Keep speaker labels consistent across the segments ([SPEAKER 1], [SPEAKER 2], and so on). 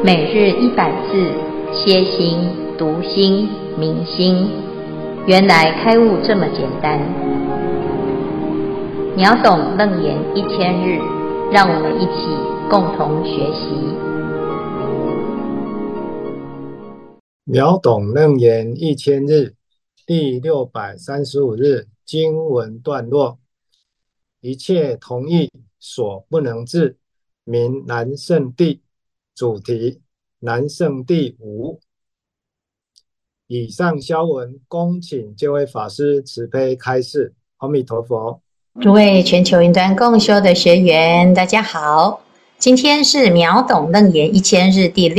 [SPEAKER 1] 每日100字，歇心、读心、明心，原来开悟这么简单。秒懂楞严1000日，让我们一起共同学习。
[SPEAKER 2] 秒懂楞严1000日，第635日经文段落：一切同意所不能治，名难胜地。主题：难胜地5。以上消文恭请这位法师慈悲开示。阿弥陀佛。
[SPEAKER 3] 诸位全球云端共修的学员，大家好，今天是秒懂楞严1000日第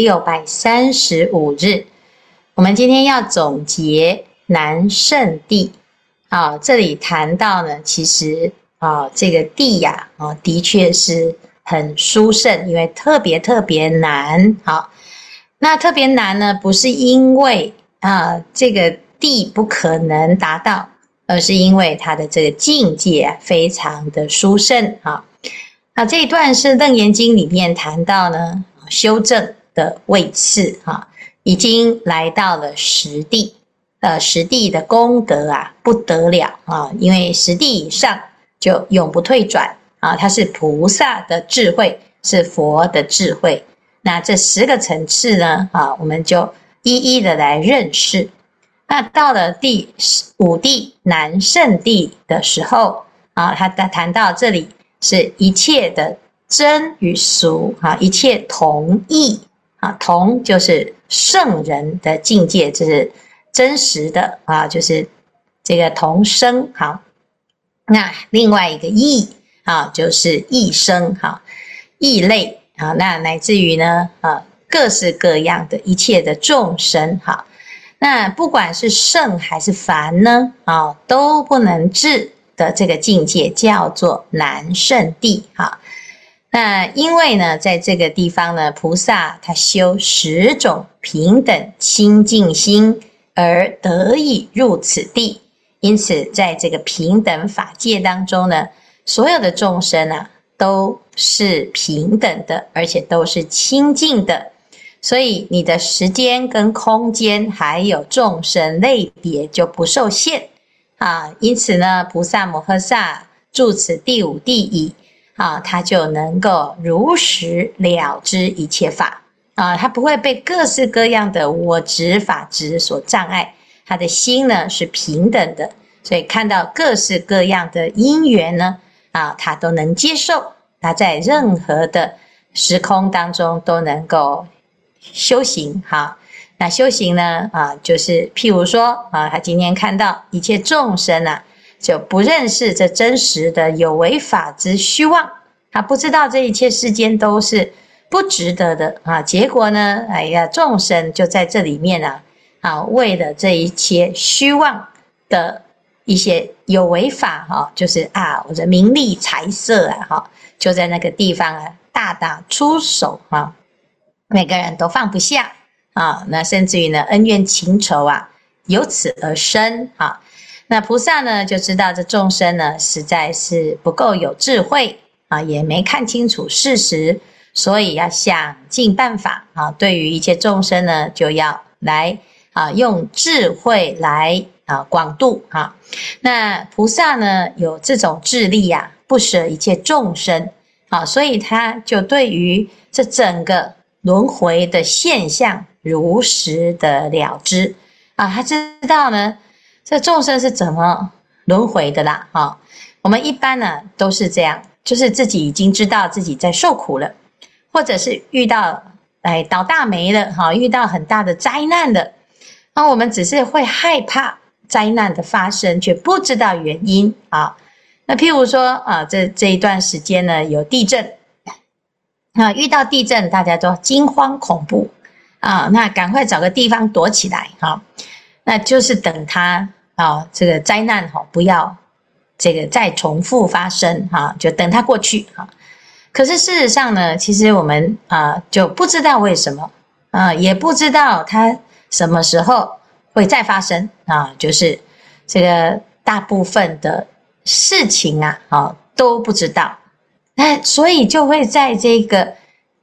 [SPEAKER 3] 635日。我们今天要总结难胜地。这里谈到呢，其实这个地呀，的确是很殊胜，因为特别难。那特别难呢，不是因为这个地不可能达到，而是因为它的这个境界非常的殊胜。那这一段是楞严经里面谈到呢，修正的位次已经来到了实地。实地的功德不得了因为实地以上就永不退转它是菩萨的智慧，是佛的智慧。那这10个层次呢我们就一一的来认识。那到了第5地难胜地的时候他谈到这里是一切的真与俗一切同义同就是圣人的境界，就是真实的就是这个同生。那另外一个异就是异生异类那乃至于呢各式各样的一切的众生那不管是圣还是凡呢都不能治的这个境界叫做难胜地那因为呢在这个地方呢，菩萨他修10种平等清净心而得以入此地，因此在这个平等法界当中呢，所有的众生都是平等的，而且都是清净的，所以你的时间跟空间还有众生类别就不受限因此呢，菩萨摩诃萨住此第5地矣他就能够如实了知一切法他不会被各式各样的我执法执所障碍，他的心呢是平等的，所以看到各式各样的因缘呢他都能接受，他在任何的时空当中都能够修行那修行呢就是譬如说他今天看到一切众生就不认识这真实的有为法之虚妄，他不知道这一切世间都是不值得的结果呢众生就在这里面为了这一切虚妄的一些有为法就是我的名利财色就在那个地方大打出手每个人都放不下那甚至于呢恩怨情仇由此而生那菩萨呢就知道这众生呢实在是不够有智慧也没看清楚事实，所以要想尽办法对于一切众生呢就要来用智慧来广度那菩萨呢有这种智力不舍一切众生所以他就对于这整个轮回的现象如实的了知他知道呢这众生是怎么轮回的啦我们一般呢都是这样，就是自己已经知道自己在受苦了，或者是遇到倒大霉了遇到很大的灾难了我们只是会害怕灾难的发生，却不知道原因那譬如说这一段时间呢有地震遇到地震大家都惊慌恐怖那赶快找个地方躲起来那就是等它这个灾难不要这个再重复发生就等它过去可是事实上呢，其实我们就不知道为什么也不知道它什么时候会再发生就是这个大部分的事情都不知道所以就会在这个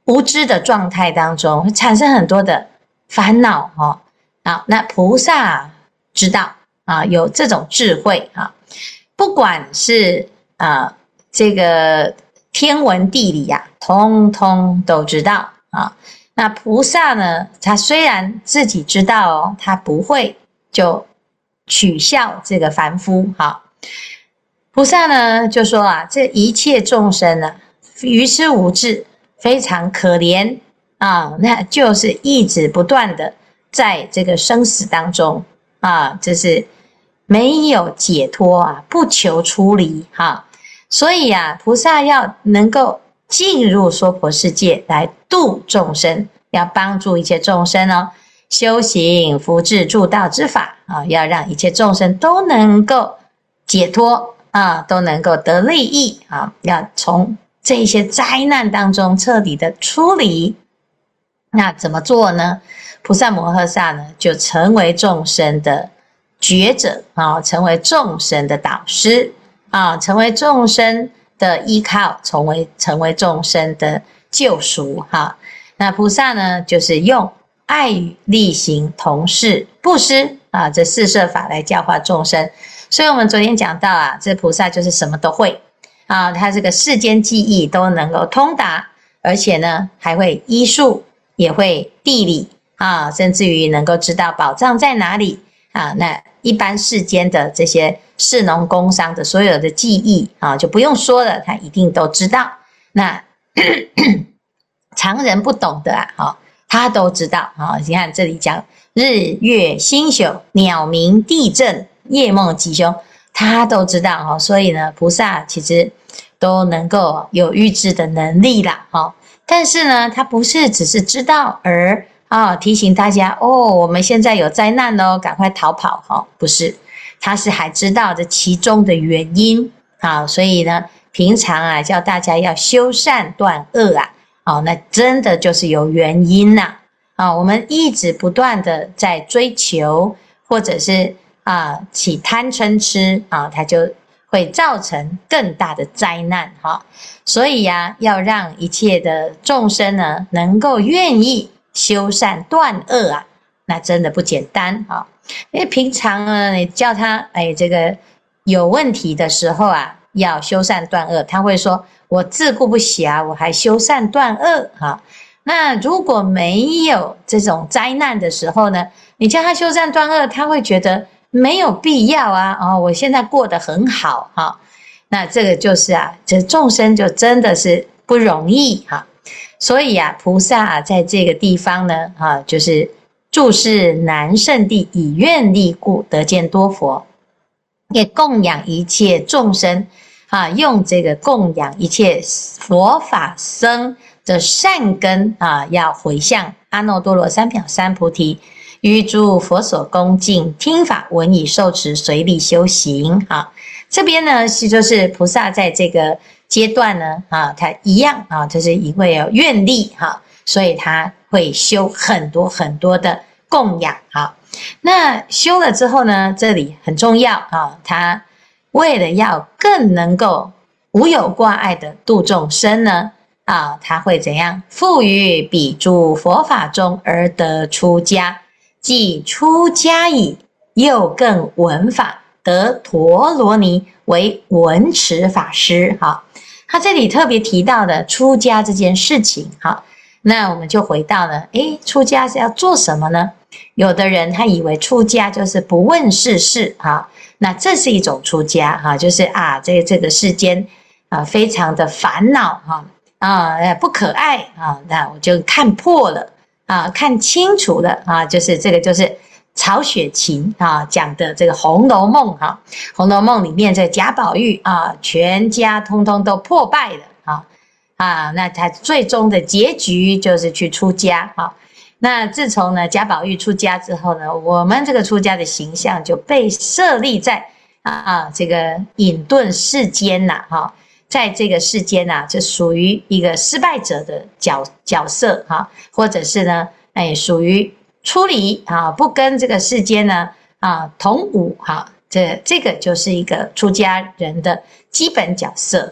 [SPEAKER 3] 无知的状态当中，会产生很多的烦恼哈。好，那菩萨知道啊，有这种智慧啊，不管是这个天文地理呀，通通都知道啊。那菩萨呢，他虽然自己知道哦，他不会就取笑这个凡夫哈。菩萨呢就说啊，这一切众生呢，愚痴无智，非常可怜啊，那就是一直不断的在这个生死当中啊，就是没有解脱啊，不求出离哈。所以啊，菩萨要能够进入娑婆世界来度众生，要帮助一切众生哦，修行福智助道之法啊，要让一切众生都能够解脱啊，都能够得利益啊，要从这些灾难当中彻底的出离。那怎么做呢？菩萨摩诃萨呢，就成为众生的觉者啊，成为众生的导师啊，成为众生的依靠，成为众生的救赎哈。那菩萨呢，就是用爱语、力行、同事、布施啊，这四摄法来教化众生。所以我们昨天讲到啊，这菩萨就是什么都会啊，他这个世间技艺都能够通达，而且呢还会医术，也会地理啊，甚至于能够知道宝藏在哪里啊。那一般世间的这些士农工商的所有的技艺啊，就不用说了，他一定都知道。那常人不懂的啊，他都知道啊。你看这里讲日月星宿、鸟鸣地震、夜梦吉凶，他都知道哈。所以呢，菩萨其实都能够有预知的能力啦哈。但是呢，他不是只是知道而提醒大家哦，我们现在有灾难哦，赶快逃跑哈。不是，他是还知道这其中的原因啊。所以呢，平常啊叫大家要修善断恶啊。那真的就是有原因呐我们一直不断的在追求，或者是起贪嗔痴它就会造成更大的灾难哈。所以呀，要让一切的众生呢，能够愿意修善断恶啊，那真的不简单啊。因为平常呢，你叫他这个有问题的时候啊，要修善断恶，他会说我自顾不暇，我还修善断恶哈。那如果没有这种灾难的时候呢，你叫他修善断恶，他会觉得没有必要啊。我现在过得很好哈。那这个就是这众生就真的是不容易哈。所以菩萨在这个地方呢就是住世南胜地，以愿力故得见多佛，也供养一切众生用这个供养一切佛法僧的善根要回向阿耨多罗三藐三菩提，于诸佛所恭敬，听法闻已受持，随力修行这边呢就是菩萨在这个阶段呢他一样就是因为有愿力所以他会修很多很多的供养那修了之后呢，这里很重要他为了要更能够无有挂碍的度众生呢他会怎样？复于彼诸佛法中而得出家，即出家矣，又更闻法，得陀罗尼为闻持法师他这里特别提到的出家这件事情那我们就回到了出家是要做什么呢？有的人他以为出家就是不问世事那这是一种出家就是这个世间非常的烦恼不可爱那我就看破了看清楚了就是这个就是曹雪芹讲的这个《红楼梦》红楼梦》里面这贾宝玉全家通通都破败了那他最终的结局就是去出家那自从呢贾宝玉出家之后呢，我们这个出家的形象就被设立在这个隐遁世间在这个世间就属于一个失败者的角色或者是呢属于出离不跟这个世间呢同舞这个就是一个出家人的基本角色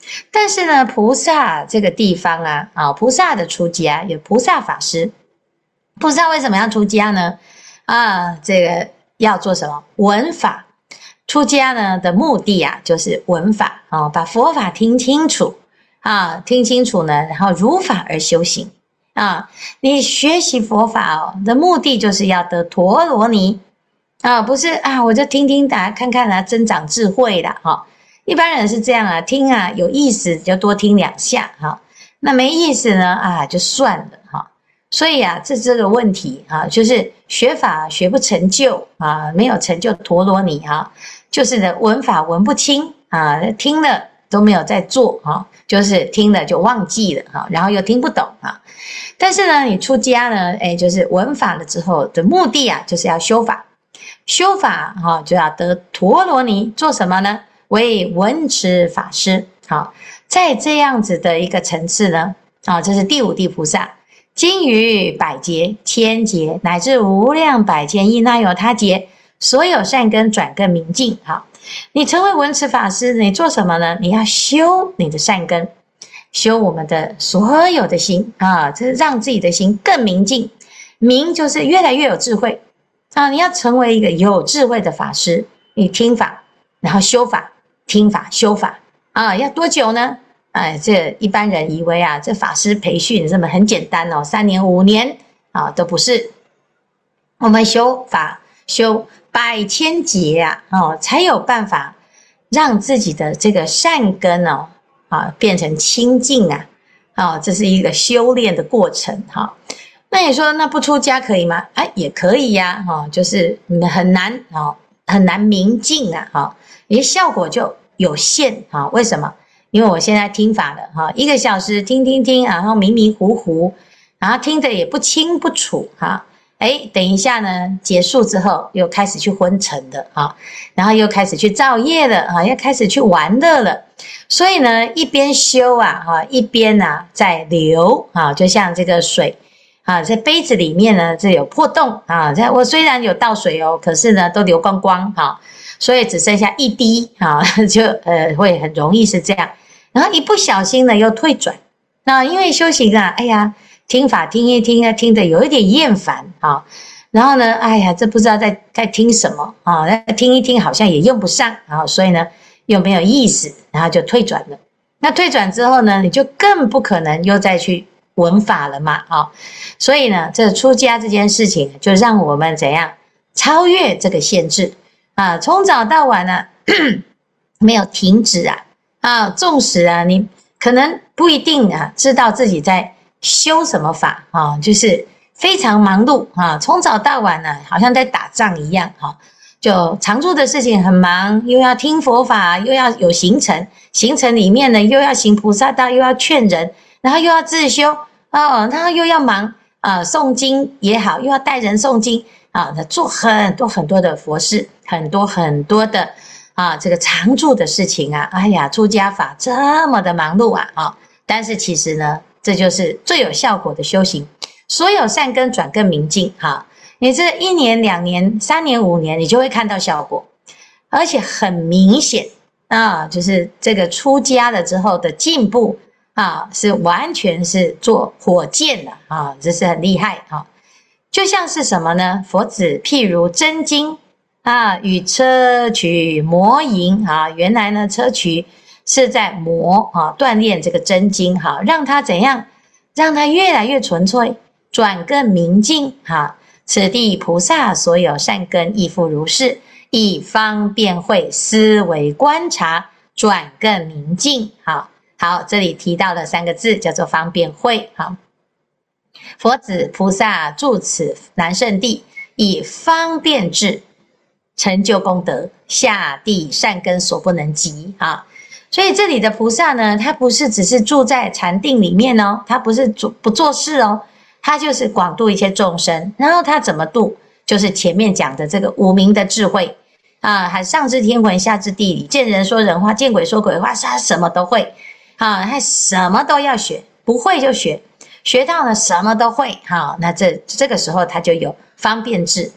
[SPEAKER 3] 但是呢，菩萨这个地方啊，菩萨的出家有菩萨法师。菩萨为什么要出家呢？这个要做什么？闻法。出家呢的目的就是闻法把佛法听清楚听清楚呢，然后如法而修行你学习佛法的目的就是要得陀罗尼不是我就听听看看增长智慧啦一般人是这样听有意思就多听2下那没意思呢就算了所以这个问题就是学法学不成就没有成就陀罗尼就是呢闻法闻不清听了都没有在做就是听了就忘记了然后又听不懂但是呢你出家呢就是闻法了之后的目的就是要修法。修法就要得陀罗尼，做什么呢？为闻持法师在这样子的一个层次呢这是第5地菩萨，经于百劫千劫乃至无量百千亿那由他劫，所有善根转更明净你成为闻持法师，你做什么呢？你要修你的善根，修我们的所有的心这是让自己的心更明净。明就是越来越有智慧你要成为一个有智慧的法师，你听法然后修法，听法修法要多久呢？这一般人以为这法师培训这么很简单3年5年都不是。我们修法修百千劫才有办法让自己的这个善根变成清净这是一个修炼的过程那你说那不出家可以吗？也可以就是很难很难明净你的效果就有限为什么？因为我现在听法了1个小时听，然后迷迷糊糊，然后听得也不清不楚等一下呢结束之后又开始去昏沉的然后又开始去造业了又开始去玩乐了。所以呢一边修一边在流就像这个水在杯子里面呢这有破洞我虽然有倒水可是呢都流光光所以只剩下1滴就会很容易是这样。然后一不小心呢又退转因为修行听法听一听听得有一点厌烦然后呢这不知道在听什么听一听好像也用不上所以呢又没有意思，然后就退转了。那退转之后呢，你就更不可能又再去闻法了嘛所以呢这出家这件事情就让我们怎样超越这个限制从早到晚没有停止纵使你可能不一定知道自己在修什么法就是非常忙碌从早到晚好像在打仗一样就常住的事情很忙，又要听佛法，又要有行程，行程里面呢又要行菩萨道，又要劝人，然后又要自修然后又要忙诵经也好，又要带人诵经做很多很多的佛事，很多很多的这个常住的事情出家法这么的忙碌但是其实呢这就是最有效果的修行，所有善根转更明净你这1年2年3年5年你就会看到效果，而且很明显就是这个出家了之后的进步是完全是做火箭的这是很厉害就像是什么呢？佛子譬如真经与砗磲磨银原来呢砗磲是在磨锻炼这个真经让它怎样？让它越来越纯粹，转更明净此地菩萨所有善根亦复如是，以方便慧思维观察，转更明净好，这里提到了3个字叫做方便慧佛子菩萨住此南圣地，以方便智成就功德，下地善根所不能及所以这里的菩萨呢，他不是只是住在禅定里面他不是不做事他就是广度一切众生。然后他怎么度？就是前面讲的这个5明的智慧还上知天文下知地理，见人说人话，见鬼说鬼话，他什么都会他什么都要学，不会就学，学到了什么都会那这个时候他就有方便智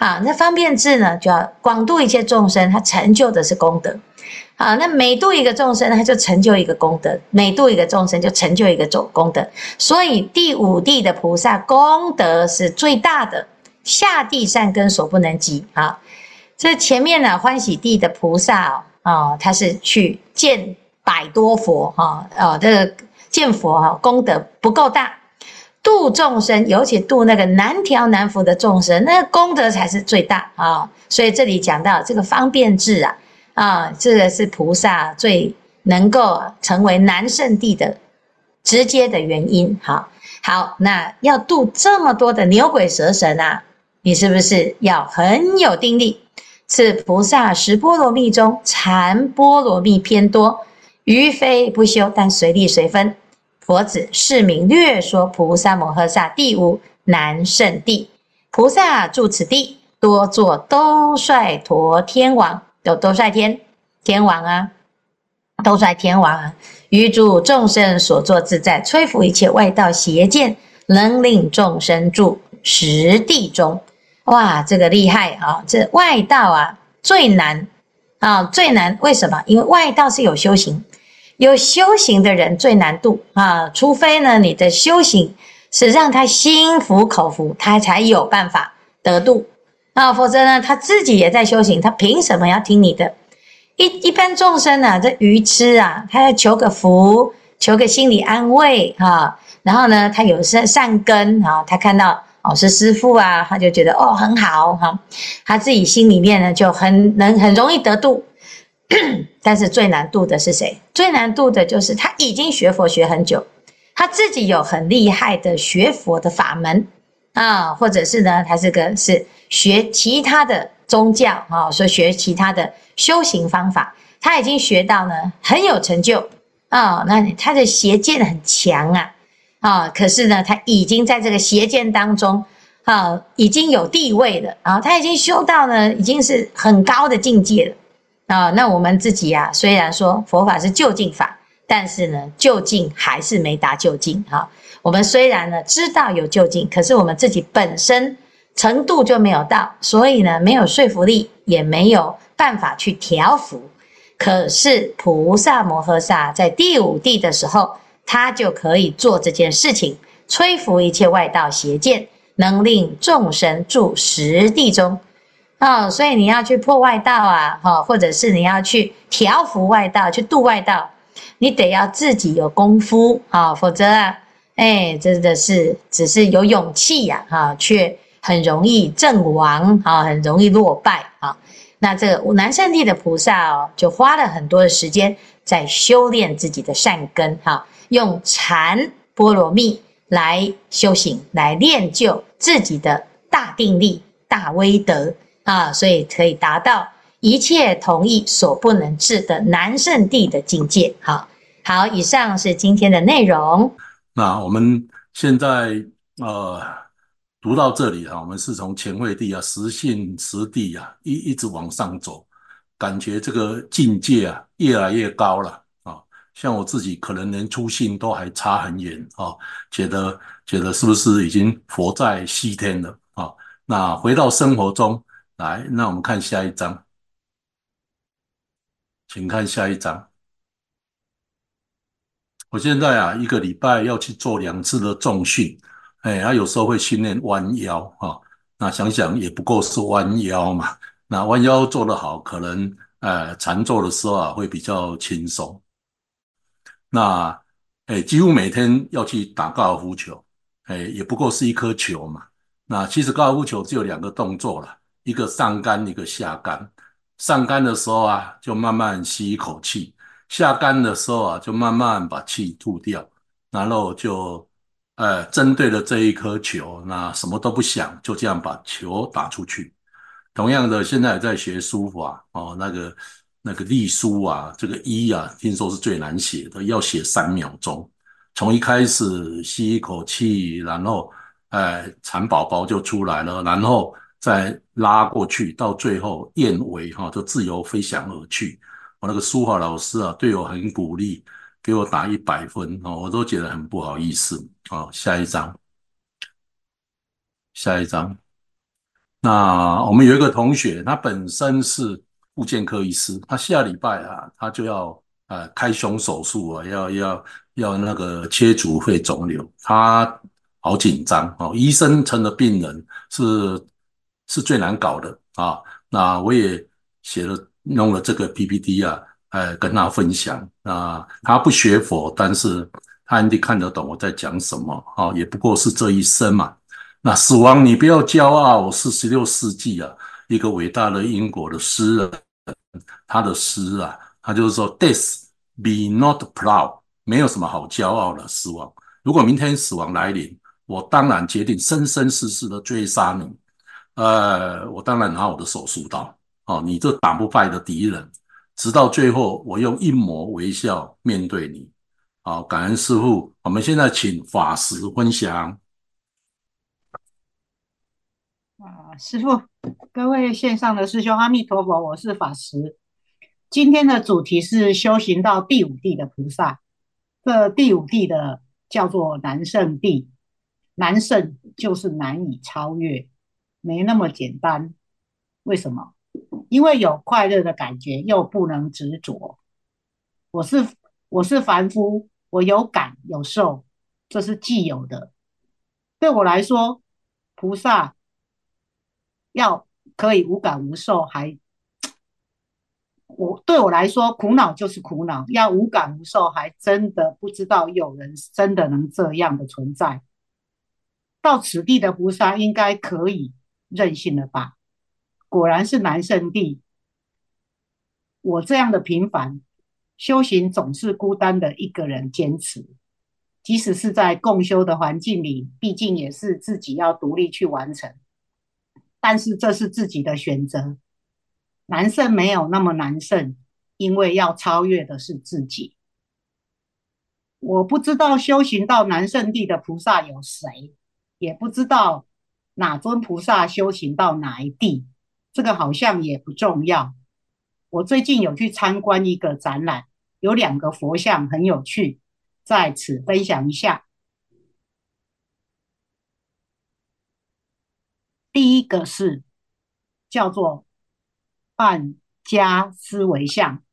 [SPEAKER 3] 啊，那方便智呢，就要广度一切众生，它成就的是功德。啊，那每度一个众生，它就成就一个功德；每度一个众生，就成就一个功德。所以第五地的菩萨功德是最大的，下地善根所不能及啊。这前面呢，欢喜地的菩萨他是去见100多佛这个见佛功德不够大。度众生，尤其度那个难调难服的众生，那个功德才是最大啊。所以这里讲到这个方便智这个是菩萨最能够成为南圣地的直接的原因。好，那要度这么多的牛鬼蛇神你是不是要很有定力？是菩萨十波罗蜜中禅波罗蜜偏多，余非不修，但随力随分。佛子释名略说菩萨摩诃萨第五南圣地，菩萨住此地，多作兜率陀天王，有兜率天王兜率天王于诸众生所作自在，摧伏一切外道邪见，能令众生住实地中。哇，这个厉害这外道最难最难。为什么？因为外道是有修行。有修行的人最难度除非呢你的修行是让他心服口服，他才有办法得度否则呢他自己也在修行，他凭什么要听你的？一般众生这愚痴他要求个福，求个心理安慰然后呢他有善根他看到老师师父他就觉得很好他自己心里面呢就很容易得度。但是最难度的是谁？最难度的就是他已经学佛学很久，他自己有很厉害的学佛的法门或者是呢他是学其他的宗教所以学其他的修行方法，他已经学到呢很有成就那他的邪见很强可是呢他已经在这个邪见当中已经有地位了他已经修到呢已经是很高的境界了那我们自己虽然说佛法是究竟法，但是呢究竟还是没达究竟我们虽然呢知道有究竟，可是我们自己本身程度就没有到，所以呢没有说服力，也没有办法去调伏。可是菩萨摩诃萨在第五地的时候，他就可以做这件事情，摧伏一切外道邪见，能令众生住实地中所以你要去破外道或者是你要去调伏外道，去度外道，你得要自己有功夫否则真的是只是有勇气却很容易阵亡很容易落败那这个南圣地的菩萨就花了很多的时间在修炼自己的善根用禅波罗蜜来修行，来练就自己的大定力、大威德所以可以达到一切同意所不能至的南圣地的境界。好，以上是今天的内容。
[SPEAKER 4] 那我们现在读到这里我们是从前慧地实性实地一直往上走，感觉这个境界越来越高了像我自己可能连初信都还差很远觉得是不是已经佛在西天了那回到生活中来，那我们看下一章，请看下一章。我现在一个礼拜要去做2次的重训，有时候会训练弯腰那想想也不过是弯腰嘛，那弯腰做得好，可能禅坐的时候会比较轻松。那几乎每天要去打高尔夫球，也不过是一颗球嘛。那其实高尔夫球只有2个动作啦，一个上杆，一个下杆。上杆的时候就慢慢吸一口气，下杆的时候就慢慢把气吐掉，然后就针对了这一颗球，那什么都不想，就这样把球打出去。同样的，现在也在学书法那个隶书这个一听说是最难写的，要写3秒钟。从一开始吸一口气，然后蚕宝宝就出来了，然后再拉过去，到最后燕尾就自由飞翔而去。我那个书法老师对我很鼓励，给我打100分我都觉得很不好意思下一章。 那我们有一个同学，他本身是复健科医师，他下礼拜啊，他就要开胸手术啊，要那个切除肺肿瘤，他好紧张哦。医生成了病人是最难搞的啊。那我也弄了这个 PPT 啊，跟他分享。他不学佛，但是他一定看得懂我在讲什么啊，也不过是这一生嘛。那死亡你不要骄傲，是16世纪啊，一个伟大的英国的诗人，他的诗啊，他就是说，Death be not proud，没有什么好骄傲的死亡。如果明天死亡来临，我当然决定生生世世的追杀你。我当然拿我的手术刀，哦，你这打不败的敌人，直到最后，我用一抹微笑面对你。好，感恩师父。我们现在请法师分享。
[SPEAKER 5] 师父，各位线上的师兄，阿弥陀佛，我是法师。今天的主题是修行到第五地的菩萨。这第五地的叫做难胜地，难胜就是难以超越，没那么简单。为什么？因为有快乐的感觉，又不能执着。我是我是凡夫，我有感有受，这是既有的。对我来说，菩萨要可以无感无受，对我来说，苦恼就是苦恼，要无感无受，还真的不知道有人真的能这样的存在。到此地的菩萨应该可以任性了吧？果然是难胜地。我这样的平凡修行，总是孤单的一个人坚持，即使是在共修的环境里，毕竟也是自己要独立去完成。但是这是自己的选择，难胜没有那么难胜，因为要超越的是自己。我不知道修行到南圣地的菩萨有谁，也不知道哪尊菩萨修行到哪一地，这个好像也不重要。我最近有去参观一个展览，有2个佛像很有趣，在此分享一下。第一个是叫做半家思维像，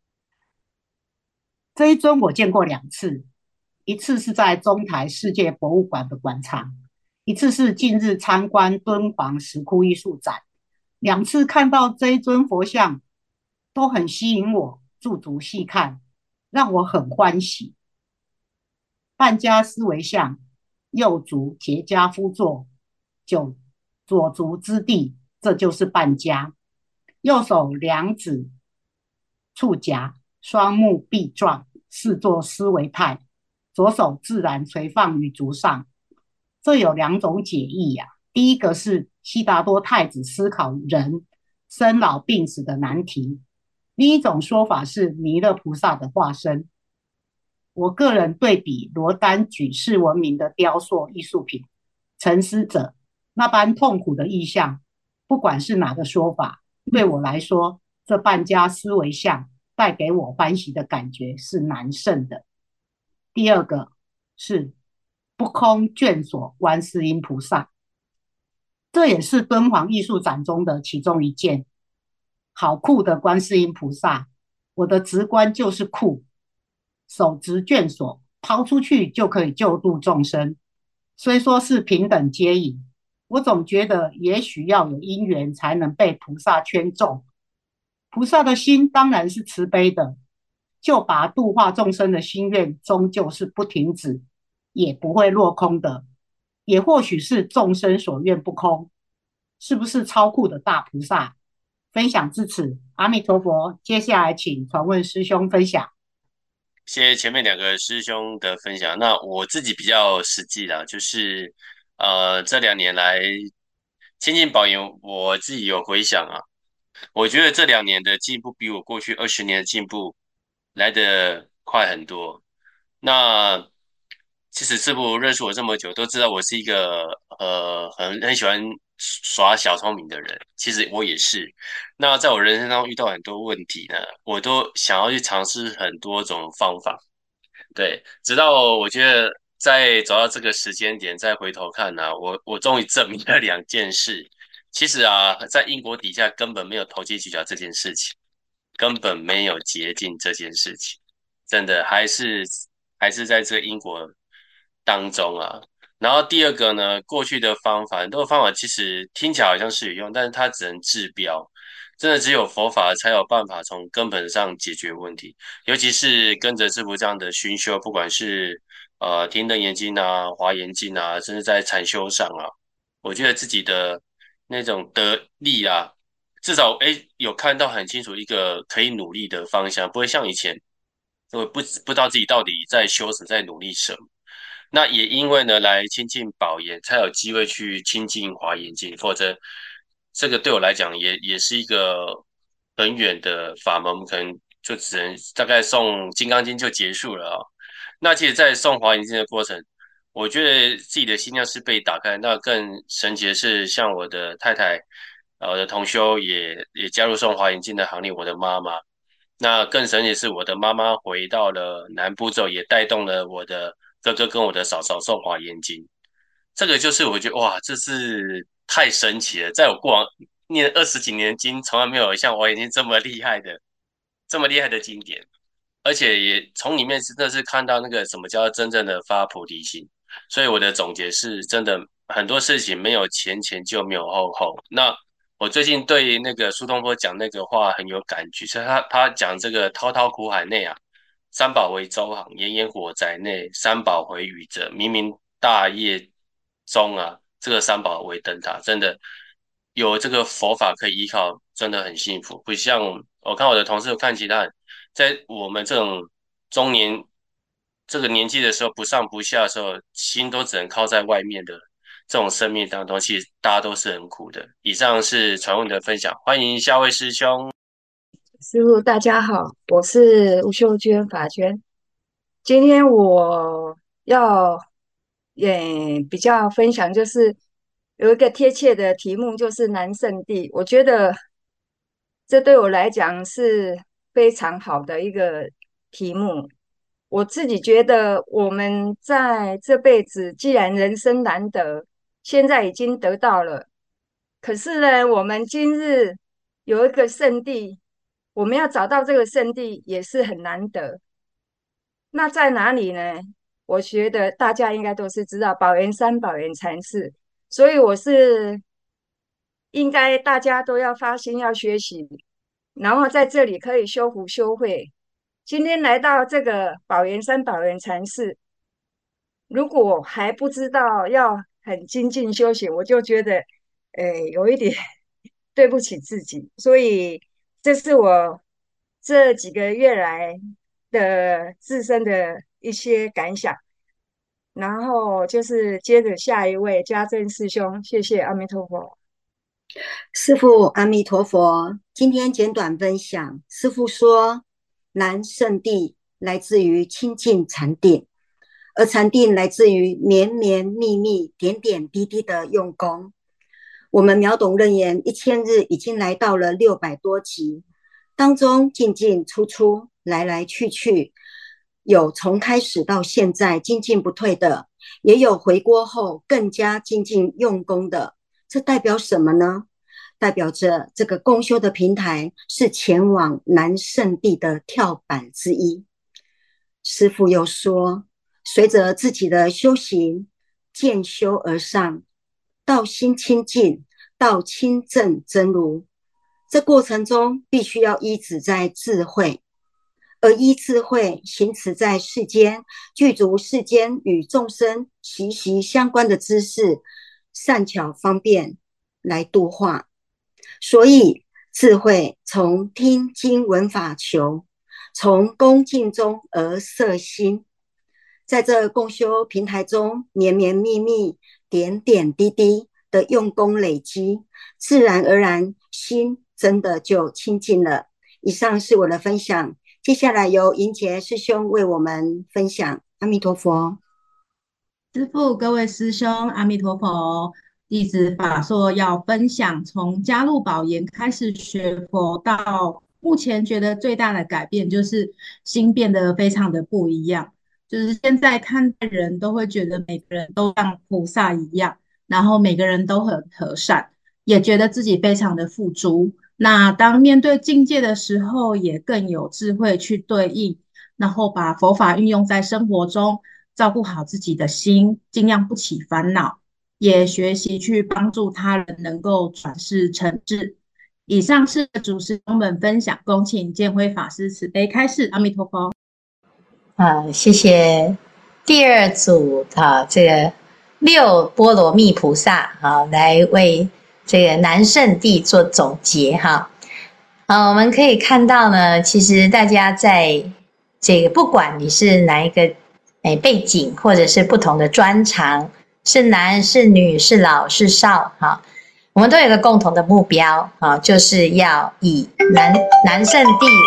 [SPEAKER 5] 这一尊我见过2次，一次是在中台世界博物馆的馆藏，一次是近日参观敦煌石窟艺术展。2次看到这一尊佛像，都很吸引我，驻足细看，让我很欢喜。半家思维像，右足结跏趺坐，左足支地，这就是半家。右手2指触夹，双目闭状，视作思维态，左手自然垂放于足上。这有2种解义呀。第一个是悉达多太子思考人生老病死的难题，另一种说法是弥勒菩萨的化身。我个人对比罗丹举世闻名的雕塑艺术品，沉思者那般痛苦的意象，不管是哪个说法，对我来说，这半家思维像带给我欢喜的感觉是难胜的。第二个是不空眷所观世音菩萨，这也是敦煌艺术展中的其中一件。好酷的观世音菩萨，我的直观就是酷，手执眷所，抛出去就可以救度众生。虽说是平等接引，我总觉得也许要有因缘才能被菩萨圈中。菩萨的心当然是慈悲的，就把度化众生的心愿终究是不停止，也不会落空的。也或许是众生所愿不空，是不是超酷的大菩萨？分享至此，阿弥陀佛。接下来请传问师兄分享。
[SPEAKER 6] 谢谢前面2个师兄的分享。那我自己比较实际啦，就是这2年来亲近宝岩，我自己有回想啊，我觉得这2年的进步比我过去20年的进步来得快很多。那其实师父认识我这么久，都知道我是一个很喜欢耍小聪明的人。其实我也是。那在我人生当中遇到很多问题呢，我都想要去尝试很多种方法。对，直到我觉得在走到这个时间点，再回头看呢、我终于证明了2件事。 其实啊，在因果底下根本没有投机取巧这件事情，根本没有捷径这件事情，真的还是在这个因果当中啊。然后第二个呢，过去的方法，很多方法其实听起来好像是有用，但是它只能治标，真的只有佛法才有办法从根本上解决问题。尤其是跟着师父这样的熏修，不管是听楞严经啊、华严经啊，甚至在禅修上啊，我觉得自己的那种得力啊，至少有看到很清楚一个可以努力的方向，不会像以前我不知道自己到底在修什么，在努力什么。那也因为呢，来亲近宝岩，才有机会去亲近华严经，否则这个对我来讲也是一个很远的法门，我们可能就只能大概诵金刚经就结束了啊、那其实，在诵华严经的过程，我觉得自己的心量是被打开。那更神奇的是，像我的太太，我的同修也加入诵华严经的行列。我的妈妈，那更神奇的是，我的妈妈回到了南部之后，也带动了我的哥哥跟我的嫂嫂诵华严经。这个就是我觉得哇，这是太神奇了。在我过往念20几年经，从来没有像华严经这么厉害的经典。而且也从里面真的是看到那个什么叫真正的发菩提心，所以我的总结是真的很多事情没有前前就没有后后。那我最近对那个苏东坡讲那个话很有感觉，所以他讲这个滔滔苦海内啊，三宝为周行，炎炎火宅内，三宝回语者，冥冥大业中啊，这个三宝为灯塔，真的有这个佛法可以依靠，真的很幸福。不像我看我的同事，看其他人。在我们这种中年这个年纪的时候，不上不下的时候，心都只能靠在外面的这种生命当中，其实大家都是很苦的。以上是传问的分享，欢迎下位师兄。
[SPEAKER 7] 师傅，大家好，我是吴秀娟法娟。今天我要也比较分享，就是有一个贴切的题目，就是南圣地。我觉得这对我来讲是非常好的一个题目。我自己觉得，我们在这辈子既然人生难得，现在已经得到了，可是呢，我们今日有一个圣地。我们要找到这个圣地也是很难得。那在哪里呢？我觉得大家应该都是知道宝源山宝源禅寺，所以我是应该大家都要发心要学习，然后在这里可以修福修慧。今天来到这个宝源山宝源禅寺，如果还不知道要很精进修行，我就觉得，有一点对不起自己。所以这是我这几个月来的自身的一些感想。然后就是接着下一位家珍师兄，谢谢阿弥陀佛。
[SPEAKER 8] 师父阿弥陀佛，今天简短分享。师父说，南圣地来自于清净禅定，而禅定来自于绵绵密密、点点滴滴的用功。我们秒懂楞严1000日已经来到了600多集，当中进进出出，来来去去，有从开始到现在精进不退的，也有回国后更加精进用功的。这代表什么呢？代表着这个共修的平台是前往南圣地的跳板之一。师父又说，随着自己的修行渐修而上，到心清净，到清正真如，这过程中必须要依止在智慧，而依智慧行持在世间，具足世间与众生息息相关的知识，善巧方便来度化。所以智慧从听经闻法求，从恭敬中而摄心。在这共修平台中，绵绵密密、点点滴滴的用功累积，自然而然心真的就清净了。以上是我的分享，接下来由银杰师兄为我们分享。阿弥陀佛。
[SPEAKER 9] 师父，各位师兄，阿弥陀佛。弟子法硕要分享，从加入宝研开始学佛到目前，觉得最大的改变就是心变得非常的不一样。就是现在看待人都会觉得每个人都像菩萨一样，然后每个人都很和善， 也觉得自己非常的富足。那当面对境界的时候，也更有智慧去对应，然后把佛法运用在生活中，照顾好自己的心，尽量不起烦恼，也学习去帮助他人，能够转世成智。以上是主师兄们分享，恭请见辉法师慈悲开示。阿弥陀佛。
[SPEAKER 3] 谢谢第二组这个六波罗蜜菩萨来为这个南圣地做总结哈。我们可以看到呢，其实大家在这个不管你是哪一个背景，或者是不同的专长，是男是女是老是少哈，我们都有一个共同的目标就是要以南圣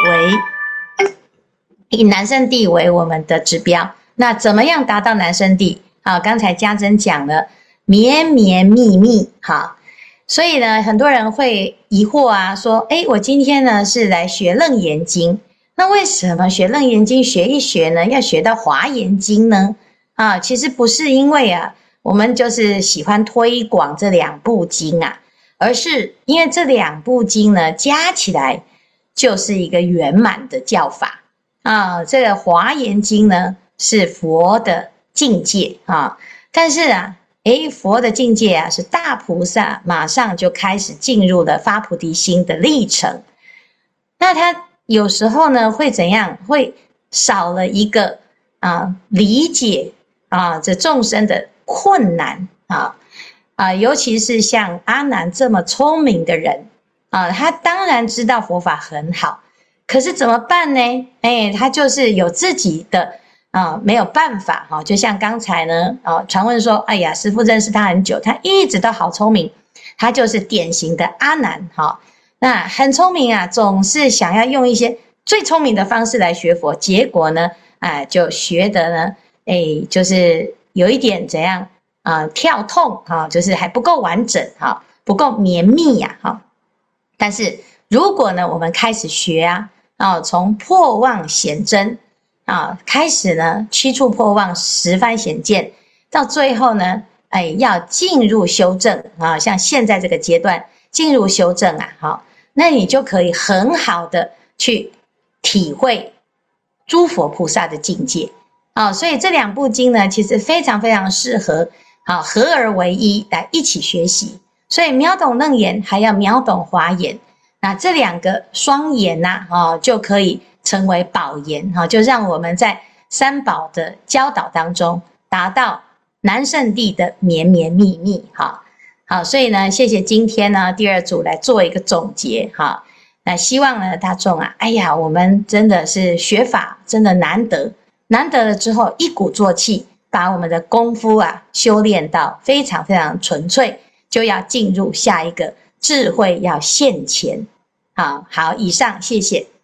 [SPEAKER 3] 地为我们的指标。那怎么样达到南圣地？刚才家珍讲了绵绵密密所以呢，很多人会疑惑说我今天呢是来学楞严经，那为什么学楞严经学一学呢，要学到华严经呢？其实不是因为我们就是喜欢推广这两部经而是因为这两部经呢加起来就是一个圆满的教法这个华严经呢是佛的境界但是佛的境界是大菩萨马上就开始进入了发菩提心的历程。那他有时候呢会怎样？会少了一个理解这众生的困难尤其是像阿难这么聪明的人他当然知道佛法很好，可是怎么办呢？他就是有自己的没有办法就像刚才呢传闻说，哎呀，师父认识他很久，他一直都好聪明，他就是典型的阿难那很聪明总是想要用一些最聪明的方式来学佛，结果呢就学得呢就是有一点怎样跳痛就是还不够完整不够绵密但是如果呢我们开始学从破妄显真开始呢驱除破妄十番显见，到最后呢要进入修正像现在这个阶段进入修正那你就可以很好的去体会诸佛菩萨的境界所以这两部经呢其实非常非常适合合而为一来一起学习。所以秒懂楞严还要秒懂华严，那这两个双研就可以成为宝研就让我们在三宝的教导当中达到南圣地的绵绵密密好，所以呢谢谢今天呢第二组来做一个总结那希望呢大众哎呀，我们真的是学法真的难得了之后一鼓作气把我们的功夫修炼到非常非常纯粹，就要进入下一个智慧要现前好，以上谢谢。